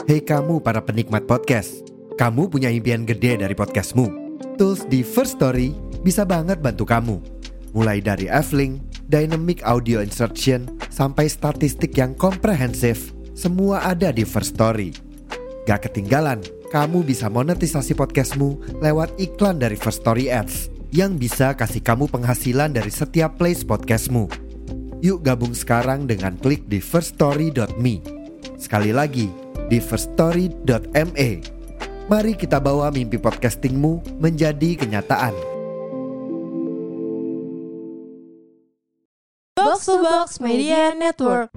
Hei kamu para penikmat podcast, kamu punya impian gede dari podcastmu. Tools di First Story bisa banget bantu kamu. Mulai dari F-Link, Dynamic Audio Insertion, sampai statistik yang komprehensif, semua ada di First Story. Gak ketinggalan, kamu bisa monetisasi podcastmu lewat iklan dari First Story Ads yang bisa kasih kamu penghasilan dari setiap plays podcastmu. Yuk gabung sekarang dengan klik di firststory.me. Sekali lagi, di firststory.me. Mari kita bawa mimpi podcastingmu menjadi kenyataan. Box to Box Media Network.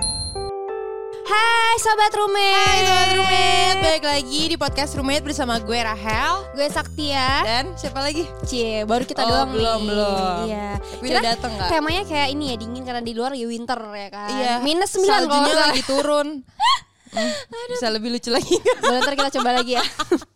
Hai Sobat Roommate. Hai Sobat Roommate, balik lagi di podcast Roommate bersama gue Rahel. Gue Saktia. Dan siapa lagi? Cie, baru kita doang belum. nih. Iya. Tapi udah dateng gak? Temanya kayak ini ya, dingin karena di luar ya winter ya kan. Iya. -9 kalau saljunya nggak lagi turun. Bisa lebih lucu lagi. Boleh ntar kita coba lagi ya.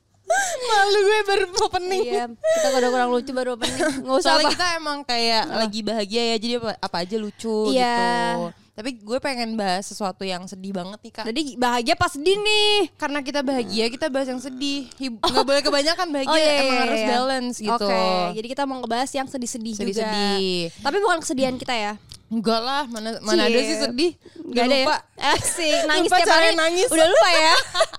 Malu gue baru opening. Iya, kita udah kurang lucu baru opening. Nggak usah Soalnya apa. kita emang kayak lagi bahagia ya, jadi apa aja lucu Iya. gitu. Tapi gue pengen bahas sesuatu yang sedih banget nih Kak. Jadi bahagia pas sedih nih. Karena kita bahagia, kita bahas yang sedih. Nggak boleh kebanyakan bahagia, Oh, iya, emang iya, harus iya. balance gitu. Oke, jadi kita mau ngebahas yang sedih-sedih juga. Sedih-sedih. Tapi bukan kesedihan kita ya. Enggak lah, mana ada sih sedih. Gak ada lupa. ya? Asik, nangis Lupa tiap cara hari. nangis. Udah lupa ya?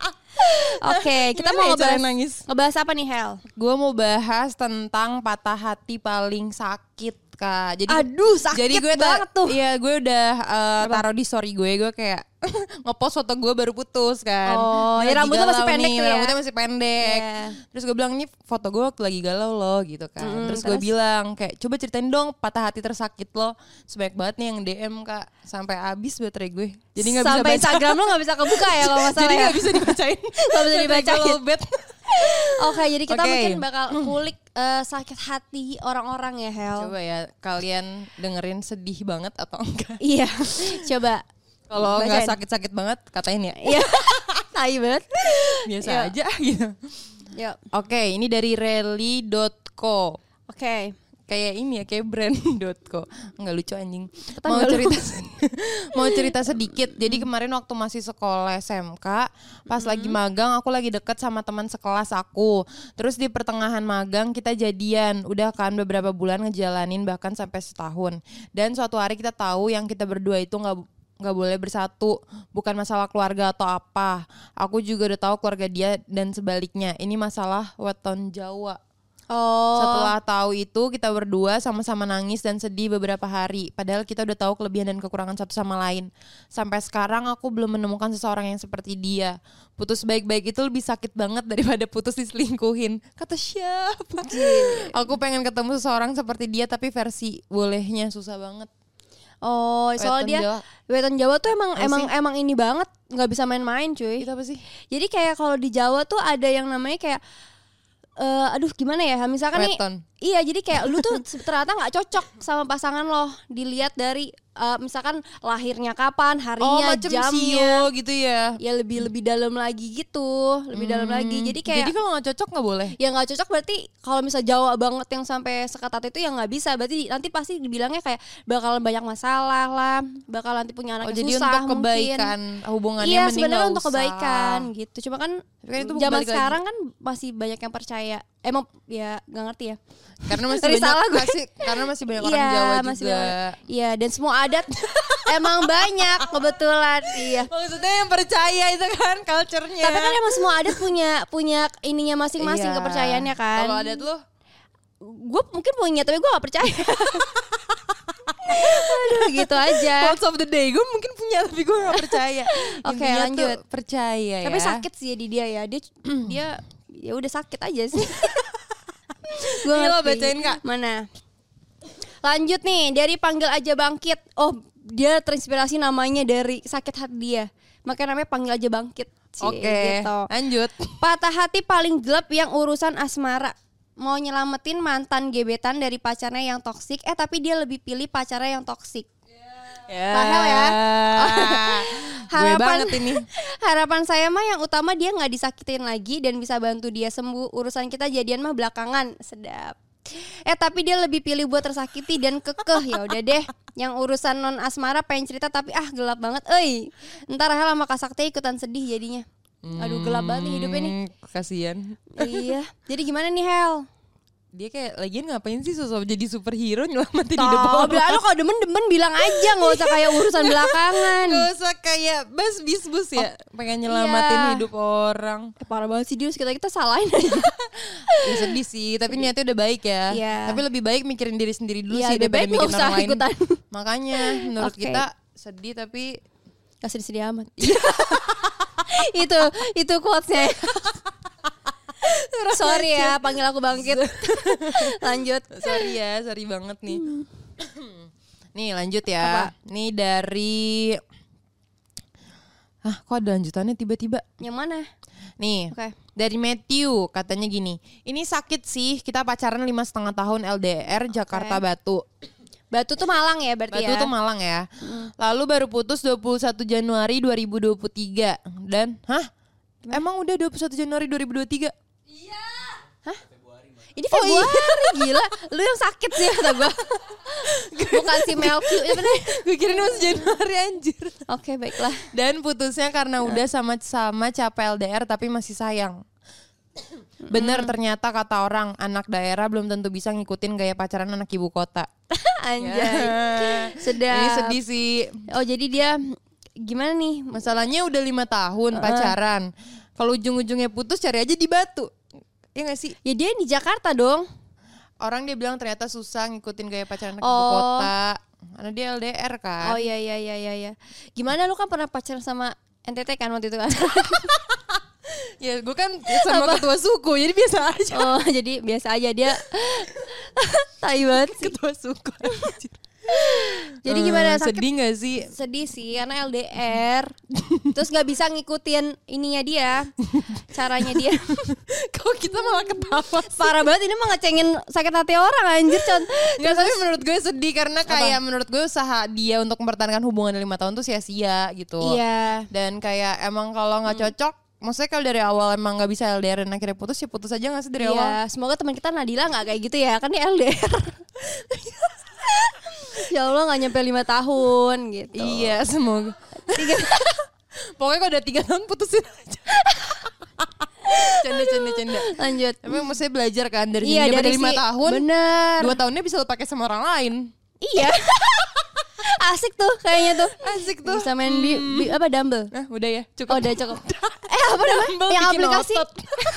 Oke, kita Gimana mau ya cara ngebahas nangis? Ngebahas apa nih, Hel? Gue mau bahas tentang patah hati paling sakit Kak. Jadi Aduh, sakit jadi gue banget tuh. Iya, gue udah taruh di story gue kayak ngepost foto gue baru putus kan. Oh, Ini ya lagi rambutnya masih galau pendek nih, tuh ya. rambutnya masih pendek. Iya. Terus gue bilang nih foto gue waktu lagi galau loh gitu kan. Terus gue bilang kayak coba ceritain dong patah hati tersakit lo. Sebanyak banget nih yang DM Kak, sampai habis baterai gue. Jadi nggak bisa Sampai baca. Instagram lo gak bisa kebuka ya kalau masalah. Jadi ya? nggak bisa dibacain. Nggak bisa dibacain. Gue lowbat. Oke, jadi kita Oke. mungkin bakal kulik sakit hati orang-orang ya, Hel. Coba ya kalian dengerin sedih banget atau enggak? Iya. Coba. Kalau Bacain. nggak sakit-sakit banget katain ya. Iya. Tai banget. Biasa Yuk. aja gitu. Yuk. Oke, ini dari rally.co. Oke. Kayak ini ya, kayak brand.co. Enggak lucu anjing. Tetangga lu. Mau cerita sedikit. Jadi kemarin waktu masih sekolah SMK, pas lagi magang aku lagi deket sama teman sekelas aku. Terus di pertengahan magang kita jadian. Udah kan beberapa bulan ngejalanin bahkan sampai setahun. Dan suatu hari kita tahu yang kita berdua itu nggak boleh bersatu, bukan masalah keluarga atau apa. Aku juga udah tahu keluarga dia dan sebaliknya. Ini masalah weton Jawa. Oh. Setelah tahu itu kita berdua sama-sama nangis dan sedih beberapa hari. Padahal kita udah tahu kelebihan dan kekurangan satu sama lain. Sampai sekarang aku belum menemukan seseorang yang seperti dia. Putus baik-baik itu lebih sakit banget daripada putus diselingkuhin. Kata siapa? Aku pengen ketemu seseorang seperti dia tapi versi bolehnya susah banget. Oh, soalnya dia weton Jawa tuh emang ini banget, nggak bisa main-main, cuy. Itu apa sih? Jadi kayak kalau di Jawa tuh ada yang namanya kayak aduh gimana ya, misalkan Weton. nih, iya jadi kayak lu tuh ternyata nggak cocok sama pasangan lo, dilihat dari misalkan lahirnya kapan, harinya, macam jamnya, sio gitu ya. ya lebih dalam lagi gitu, lebih dalam lagi. Jadi kayak Jadi kalau nggak cocok nggak boleh. ya nggak cocok, berarti kalau misal Jawa banget yang sampai seketat itu ya nggak bisa, berarti nanti pasti dibilangnya kayak bakalan banyak masalah lah, bakal nanti punya anak yang Jadi susah untuk kebaikan mungkin. hubungannya Iya mending sebenarnya nggak untuk usah. kebaikan gitu, cuma kan Tapi kan itu zaman balik lagi. sekarang kan masih banyak yang percaya, emang ya nggak ngerti ya. Karena masih Risalah gue. karena masih banyak orang Jawa juga. Iya, dan semua adat emang banyak kebetulan. Iya. Maksudnya yang percaya itu kan culture-nya. Tapi kan emang semua adat punya ininya masing-masing, Iya. kepercayaannya kan. Kalau adat lu? Gue mungkin punya tapi gue gak percaya. Aduh gitu aja. Quotes of the day, gue mungkin punya tapi gue gak percaya. Oke, Intinya lanjut. tuh percaya ya. Tapi sakit sih di dia ya. Dia ya udah sakit aja sih. Gue Ini lo ngerti. bacain, Kak. Mana? Lanjut nih, dari Panggil Aja Bangkit. Oh, dia terinspirasi namanya dari sakit hati dia. Makanya namanya Panggil Aja Bangkit. Cie, Oke, gitu. lanjut. Patah hati paling gelap yang urusan asmara. Mau nyelamatin mantan gebetan dari pacarnya yang toksik, tapi dia lebih pilih pacarnya yang toksik. Rahel ya. Gue banget ini. Harapan saya mah yang utama dia nggak disakitin lagi dan bisa bantu dia sembuh. Urusan kita jadian mah belakangan. Sedap. Tapi dia lebih pilih buat tersakiti dan kekeh. Ya udah deh. Yang urusan non asmara pengen cerita tapi gelap banget. Ntar Rahel sama Kak Sakti ikutan sedih jadinya. Aduh gelap banget nih hidupnya nih. Kasian. Iya. Jadi gimana nih Hel? Dia kayak lagian ngapain sih sosok jadi superhero nyelamatin hidup orang. Lo kalau demen bilang aja, nggak usah kayak urusan belakangan. Gak usah kayak bus ya, pengen nyelamatin hidup orang. Parah banget sih dia, kita salahin aja. Ya sedih sih, tapi niatnya udah baik ya. Iya. Tapi lebih baik mikirin diri sendiri dulu Iya, sih daripada baik mikirin nggak usah orang lain. ikutan. Makanya menurut Oke. kita sedih tapi Gak sedih-sedih amat. itu quotesnya. Sorry ya, panggil aku bangkit. Lanjut. sorry banget nih. Nih lanjut ya. Apa? Nih dari kok ada lanjutannya tiba-tiba. Yang mana? Nih Oke. dari Matthew katanya gini. Ini sakit sih, kita pacaran 5,5 tahun LDR Jakarta Batu. Batu tuh Malang ya berarti Batu ya? tuh Malang ya. Lalu baru putus 21 Januari 2023. Dan emang udah 21 Januari 2023? Ini Februari gila. Lu yang sakit sih kata gue. Bukan si Melky. Gue kira masih Januari anjir. Oke baiklah. Dan putusnya karena udah sama-sama capek LDR tapi masih sayang. Bener ternyata kata orang anak daerah belum tentu bisa ngikutin gaya pacaran anak ibu kota. Anjay. Sedap. Ini sedih sih. Oh jadi dia gimana nih? Masalahnya udah 5 tahun pacaran. Kalau ujung-ujungnya putus cari aja di Batu. Iya gak sih? Ya dia di Jakarta dong. Orang dia bilang ternyata susah ngikutin gaya pacaran anak ibu kota. Karena dia LDR kan. Oh iya. Gimana lu kan pernah pacaran sama NTT kan waktu itu kan? Ya gue kan sama ketua suku jadi biasa aja. Oh jadi biasa aja dia. Tai banget sih. Ketua suku anjir. Jadi gimana, sakit? Sedih gak sih? Sedih sih karena LDR. Terus gak bisa ngikutin ininya dia. Caranya dia. Kok kita malah ketawa sih? Parah banget ini mah ngecengin sakit hati orang anjir Con. Nggak, tapi menurut gue sedih karena kayak menurut gue usaha dia untuk mempertahankan hubungan 5 tahun tuh sia-sia gitu. Iya. Dan kayak emang kalau gak cocok, maksudnya kalau dari awal emang gak bisa LDR dan akhirnya putus ya putus aja gak sih dari awal? Iya, semoga teman kita Nadila gak kayak gitu ya. Kan dia LDR. Ya Allah gak nyampe 5 tahun gitu. Iya semoga. Pokoknya kalau udah 3 tahun putusin aja. Canda. Lanjut. Tapi maksudnya belajar kan dari Iya, sini. dari Dari 5 tahun. Bener. 2 tahunnya bisa lo pakai sama orang lain. Iya. Asik tuh kayaknya tuh. Asik tuh. Bisa main apa Dumble. Nah udah ya cukup. Oh udah cukup. Apa namanya? Dumble Yang bikin aplikasi. otot.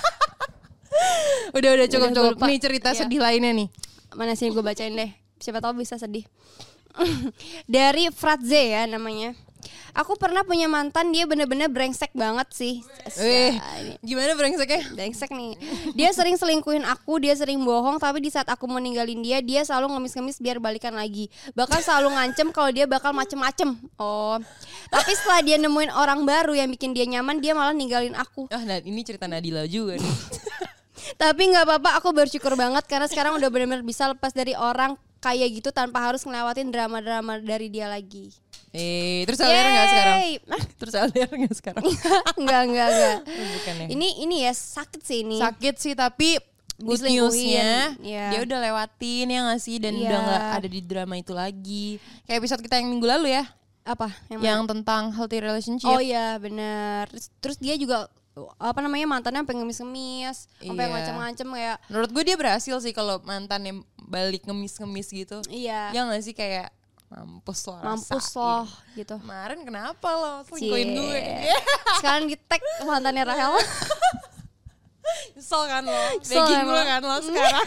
Udah cukup. Udah, gue lupa. Nih cerita Iya. sedih lainnya nih. Mana sih gue bacain deh. Siapa tahu bisa sedih. Dari Fratze ya namanya. Aku pernah punya mantan, dia bener-bener brengsek banget sih. Gimana brengseknya? Brengsek nih. Dia sering selingkuhin aku, dia sering bohong, tapi di saat aku mau ninggalin dia, dia selalu ngemis-ngemis biar balikan lagi. Bahkan selalu ngancem kalau dia bakal macem-macem. Oh. Tapi setelah dia nemuin orang baru yang bikin dia nyaman, dia malah ninggalin aku. Nah ini cerita Nadila juga nih. Tapi nggak apa-apa, aku bersyukur banget karena sekarang udah benar-benar bisa lepas dari orang kayak gitu tanpa harus ngelewatin drama-drama dari dia lagi. Terus LDR nggak sekarang? Yeay. Terus LDR nggak sekarang? Enggak. Bukan ya. Ini ya sakit sih ini. Sakit sih tapi good Diselingkuhin. newsnya Iya. dia udah lewatin ya nggak sih dan Iya. udah nggak ada di drama itu lagi. Kayak episode kita yang minggu lalu ya, Apa? yang tentang healthy relationship. Oh iya benar. Terus dia juga apa namanya mantannya sampai ngemis-ngemis, sampai Iya. ngancem-ngancem kayak Menurut gue dia berhasil sih kalau mantannya balik ngemis-ngemis gitu. iya. Ya nggak sih kayak mampus lo Mampus rasain. loh gitu. Kemarin kenapa lo selingkuhin Cie. gue? Sekarang di tag mantannya Rahel. Nyesel kan lo? Kesel Begging gue emang. kan lo sekarang.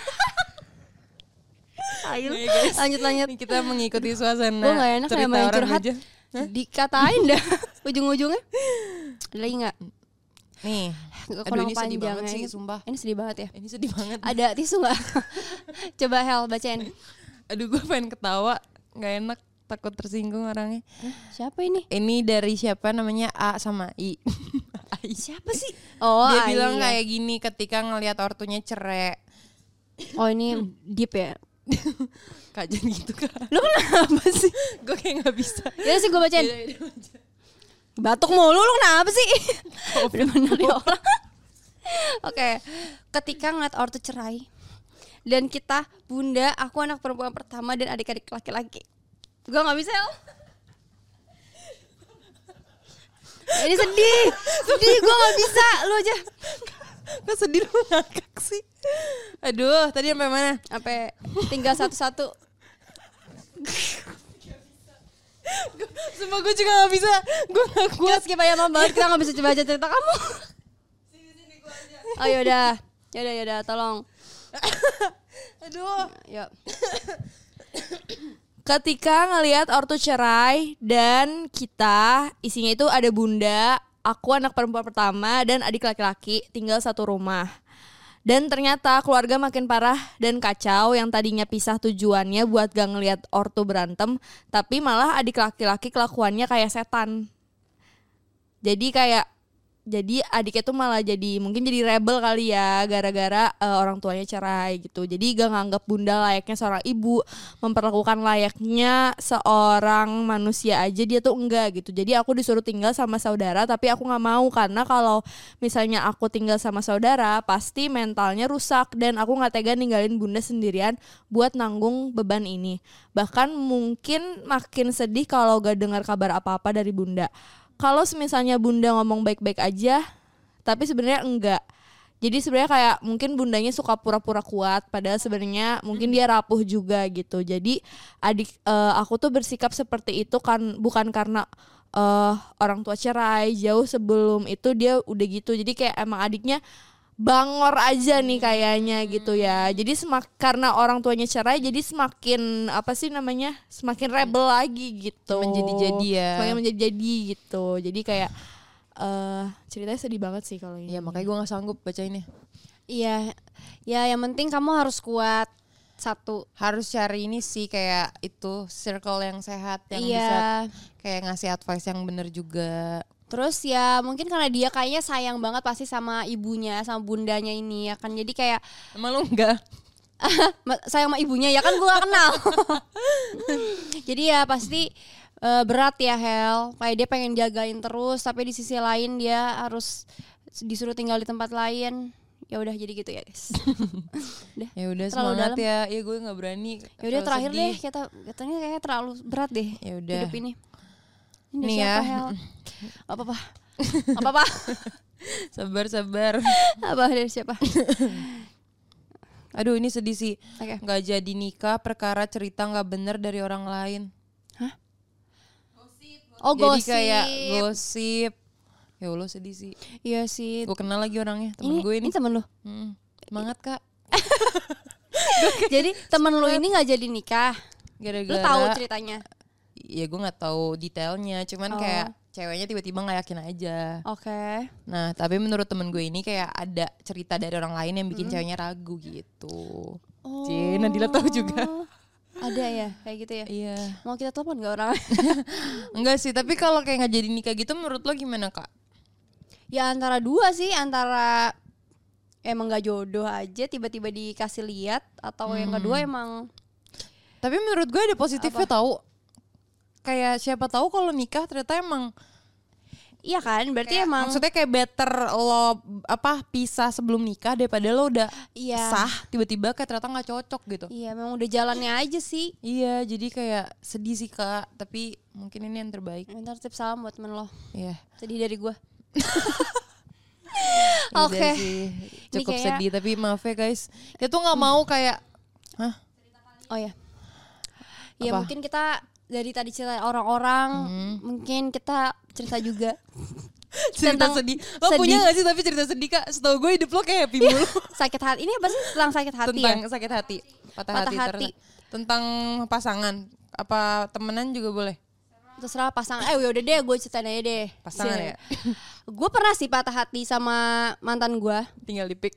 Ayo. Nih, guys. Lanjut. Ini kita mengikuti suasana Gue gak enak cerita kayak main orang curhat. aja. Dikatain dah ujung-ujungnya. Ada lagi gak? Nih, Gak aduh ini sedih panjang banget ya. sih sumpah. Ini sedih banget ya. Ini sedih banget. Ada tisu gak? Coba Hel bacain. Aduh gue pengen ketawa, gak enak, takut tersinggung orangnya. Siapa ini? Ini dari siapa namanya A sama I. Ai. Siapa sih? Oh Dia Ai, bilang ya. kayak gini ketika ngelihat ortunya cerai. Oh ini deep ya. Kajian gitu kan. Lu kenapa sih? Gue kayak gak bisa. Ya sih gue bacain. Batuk mulu lu kenapa sih? Bener-bener ya orang. Oke, ketika ngeliat ortu cerai dan kita bunda, aku anak perempuan pertama dan adik-adik laki-laki. Gue nggak bisa. Ini sedih. Sedih gue gak bisa. Lu aja. Kok sedih lu ngakak sih? Aduh, tadi sampai mana? Sampai tinggal satu-satu. Sumpah gue juga gak bisa. Gue gak kuat. Skip aja banget. Kita gak bisa coba aja cerita kamu. Sini gue aja. Oh yaudah. Yaudah tolong. Aduh. Yuk. Ketika ngelihat ortu cerai dan kita isinya itu ada bunda, aku anak perempuan pertama dan adik laki-laki tinggal satu rumah. Dan ternyata keluarga makin parah dan kacau. Yang tadinya pisah tujuannya buat gak ngelihat ortu berantem, tapi malah adik laki-laki kelakuannya kayak setan. Jadi adiknya tuh malah mungkin jadi rebel kali ya, gara-gara orang tuanya cerai gitu. Jadi gak nganggap bunda layaknya seorang ibu, memperlakukan layaknya seorang manusia aja dia tuh enggak gitu. Jadi aku disuruh tinggal sama saudara, tapi aku gak mau karena kalau misalnya aku tinggal sama saudara pasti mentalnya rusak dan aku gak tega ninggalin bunda sendirian buat nanggung beban ini. Bahkan mungkin makin sedih kalau gak dengar kabar apa-apa dari bunda. Kalau misalnya bunda ngomong baik-baik aja, tapi sebenarnya enggak. Jadi sebenarnya kayak mungkin bundanya suka pura-pura kuat, padahal sebenarnya mungkin dia rapuh juga gitu. Jadi aku tuh bersikap seperti itu kan bukan karena orang tua cerai, jauh sebelum itu dia udah gitu. Jadi kayak emang adiknya bangor aja nih kayaknya gitu ya. Jadi karena orang tuanya cerai jadi semakin semakin rebel lagi gitu. Menjadi-jadi ya. Semakin menjadi-jadi gitu. Jadi kayak ceritanya sedih banget sih kalau ini. Iya makanya gue gak sanggup bacainnya. Iya. Ya yang penting kamu harus kuat. Satu. Harus cari ini sih kayak itu circle yang sehat yang Iya. bisa kayak ngasih advice yang bener juga. Terus ya mungkin karena dia kayaknya sayang banget pasti sama ibunya, sama bundanya ini ya kan. Jadi kayak Emang lu enggak? sayang sama ibunya ya kan gue gak kenal. Jadi ya pasti berat ya Hel. Kayak dia pengen jagain terus tapi di sisi lain dia harus disuruh tinggal di tempat lain. Ya udah jadi gitu ya guys. Ya udah Terlalu semangat dalam. ya. Iya gue nggak berani. Ya udah Terlalu terakhir sedih. deh katanya kayak terlalu berat deh Ya udah. hidup ini. Ini Nih siapa ya. Hel? Apa-apa? Apa-apa? Sabar. Apa dari siapa? Aduh ini sedih sih. Oke. Nggak jadi nikah perkara cerita nggak bener dari orang lain. Oh Jadi gosip. kayak gosip. Ya Allah sedih sih. Iya sih. Gue kenal lagi orangnya. Temen gue ini. Ini temen lu. Semangat kak. Jadi temen lu ini nggak jadi nikah. Gara-gara. Lu tahu ceritanya? Ya gue nggak tahu detailnya. Cuman Oh. kayak ceweknya tiba-tiba nggak yakin aja. Oke. Nah tapi menurut temen gue ini kayak ada cerita dari orang lain yang bikin ceweknya ragu gitu. Oh. Cih, Nadila tahu juga. Ada ya kayak gitu ya. Iya. Mau kita telepon nggak orang? Enggak sih, tapi kalau kayak nggak jadi nikah gitu menurut lo gimana kak? Ya antara dua sih, antara emang nggak jodoh aja tiba-tiba dikasih lihat, atau yang kedua emang Tapi menurut gue ada positifnya tahu. Kayak siapa tahu kalau nikah ternyata emang iya kan, berarti kayak, emang maksudnya kayak better lo pisah sebelum nikah daripada lo udah iya. sah tiba-tiba kayak ternyata nggak cocok gitu. Iya, memang udah jalannya aja sih. Iya, jadi kayak sedih sih kak, tapi mungkin ini yang terbaik. Ntar tip salam buat temen lo. Iya. Sedih dari gue. Udah Oke. sih, Ini cukup kayak- sedih tapi maaf ya guys. Kita tuh nggak mau kayak, hah? Oh ya. Ya Apa? mungkin kita dari tadi cerita orang-orang, mungkin kita cerita juga. Cerita Tentang sedih. Lo sedih. punya gak sih tapi cerita sedih kak? Setahu gue hidup lo kayak happy mulu. Sakit hati. Ini apa sih tentang sakit hati Tentang ya? sakit hati, patah Patah hati. hati. Tentang pasangan, apa temenan juga boleh? Terserah pasangan. Udah deh, gue ceritain aja deh. Pasangan ya? Gue pernah sih patah hati sama mantan gue. Tinggal di pick.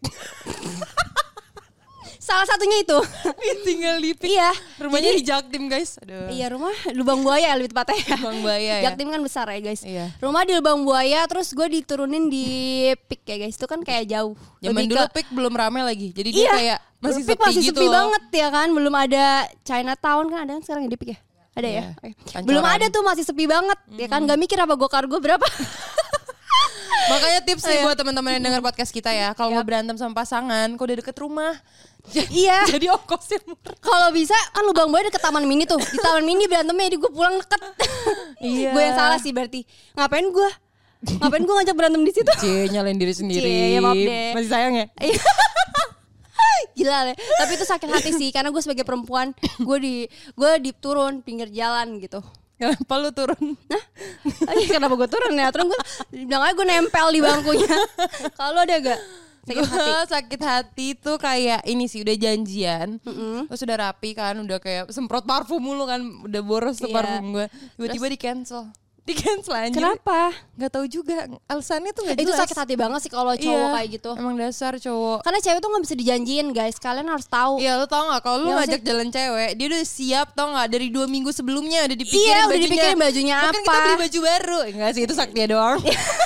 Salah satunya itu. Tinggal di pick. Iya. Rumahnya di Jaktim guys. Aduh. Iya, rumah Lubang Buaya lebih tepatnya ya. Bang Baya ya. Jaktim kan besar ya guys. Iya. Rumah di Lubang Buaya, terus gue diturunin di Pik ya guys. Itu kan kayak jauh. Zaman Lebih dulu ke- pick belum rame lagi. Jadi dia Iya. kayak masih Pik sepi masih gitu sepi loh. banget ya kan. Belum ada Chinatown kan, ada kan sekarang di Pik ya? Ada Iya. ya? Oke. Pancoran. Belum ada tuh, masih sepi banget ya kan. Gak mikir apa gokar gue berapa. Makanya tips nih buat teman-teman yang dengar podcast kita ya, kalau mau berantem sama pasangan, kok udah deket rumah. Iya. Jadi ongkosnya murah. Kalau bisa kan Lubang Buaya deket Taman Mini tuh. Di Taman Mini berantemnya, di gue pulang deket. Iya. Gue yang salah sih berarti. Ngapain gue Ngapain gue ngajak berantem di situ? Cie, nyalain diri sendiri. Cie, maaf deh. Masih sayang ya? Gila deh. Tapi itu sakit hati sih karena gue sebagai perempuan gue turun pinggir jalan gitu. Kenapa lu turun? Kenapa gue turun ya? Terus gue bilang aja gue nempel di bangkunya. Kalau ada gak sakit hati? Sakit hati tuh kayak ini sih udah janjian. Terus udah rapi kan, udah kayak semprot parfum mulu kan, udah boros tuh Iya. parfum gue. Tiba-tiba di cancel anjir. Kenapa? Gak tahu juga alasannya tuh gak Itu jelas. sakit hati banget sih kalau cowok kayak gitu. Emang dasar cowok. Karena cewek tuh gak bisa dijanjiin guys. Kalian harus tahu. Iya, lu tau gak kalau lu Ya, ngajak jalan cewek, dia udah siap tau gak dari 2 minggu sebelumnya udah dipikirin Iya, udah bajunya. dipikirin bajunya Bahkan apa. kita beli baju baru. Enggak sih, itu Saktia doang.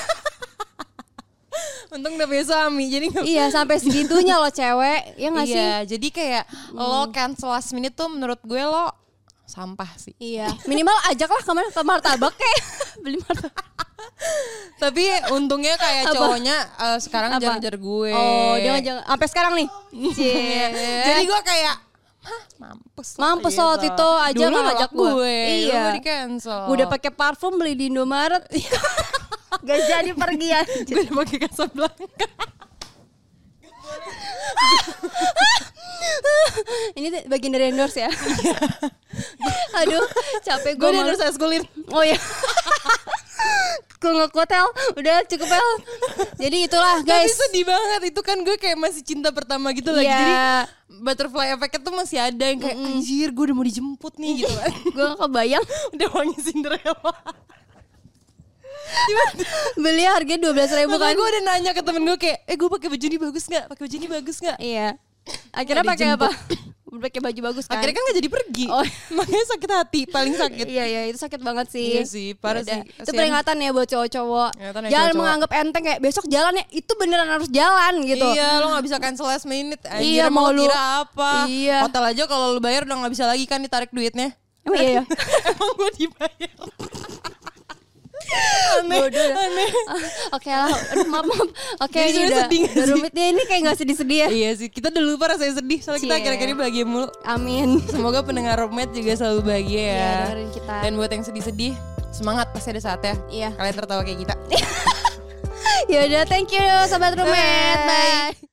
Untung udah punya suami jadi gak... Iya, sampai segitunya loh cewek. Ya gak sih? Iya, jadi kayak lo cancel last minute tuh menurut gue lo sampah sih. Iya. Minimal ajaklah ke martabak kayak beli martabak. Tapi untungnya kayak Apa? cowoknya sekarang Apa? ngejar gue. Oh, dia ngajak sampai sekarang nih. Cie. Jadi gue kayak mampus lo waktu itu aja dulu nggak ngajak gue. Iya. Iya. Di cancel. Gue udah pakai parfum beli di Indomaret. Gak jadi pergi ya. Gue udah pakai Casablanca. Ini tuh bagian dari endorse ya. Aduh, capek Gue gue. udah harus eskulin. Oh ya. Gue ngekuat El. Udah cukup El. Jadi itulah Tapi guys. sedih banget. Itu kan gue kayak masih cinta pertama gitu lagi. Iya. Jadi butterfly effect tuh masih ada yang kayak anjir gue udah mau dijemput nih gitu kan. Gue gak kebayang. Udah wangi Cinderella. Beli harganya 12.000 Bukan kan. gue udah nanya ke temen gue kayak gue pakai baju ini bagus nggak? Pakai baju ini bagus nggak? Iya. Akhirnya Nggak pakai dijemput. apa? Pakai baju bagus kan. Akhirnya kan gak jadi pergi. Oh. Makanya sakit hati, paling sakit. Iya itu sakit banget sih. Iya sih, parah Yaudah. sih. Itu Kasian. peringatan ya buat cowok-cowok. Peringatan ya Jangan cowok-cowok. menganggap enteng kayak besok jalan ya. Itu beneran harus jalan gitu. Iya, lo gak bisa cancel last minute. Anjir, Iya, mau mau lu- kira apa? Iya. Hotel aja kalau lu bayar udah gak bisa lagi kan ditarik duitnya. Emang iya ya. Emang gue dibayar. Aneh. Oke lah. Aduh, maaf. Oke, Jadi ini sebenarnya udah, sedih nggak udah sih? rumit nih. Ini kayak gak sedih-sedih ya. Iya sih, kita udah lupa rasanya sedih. Soalnya kita Cie. akhir-akhir ini bahagia mulu. Amin. Semoga pendengar Roommate juga selalu bahagia ya. Iya, dengerin kita. Dan buat yang sedih-sedih, semangat pasti ada saatnya. Iya. Kalian tertawa kayak kita. Yaudah, thank you sobat roommate. Bye.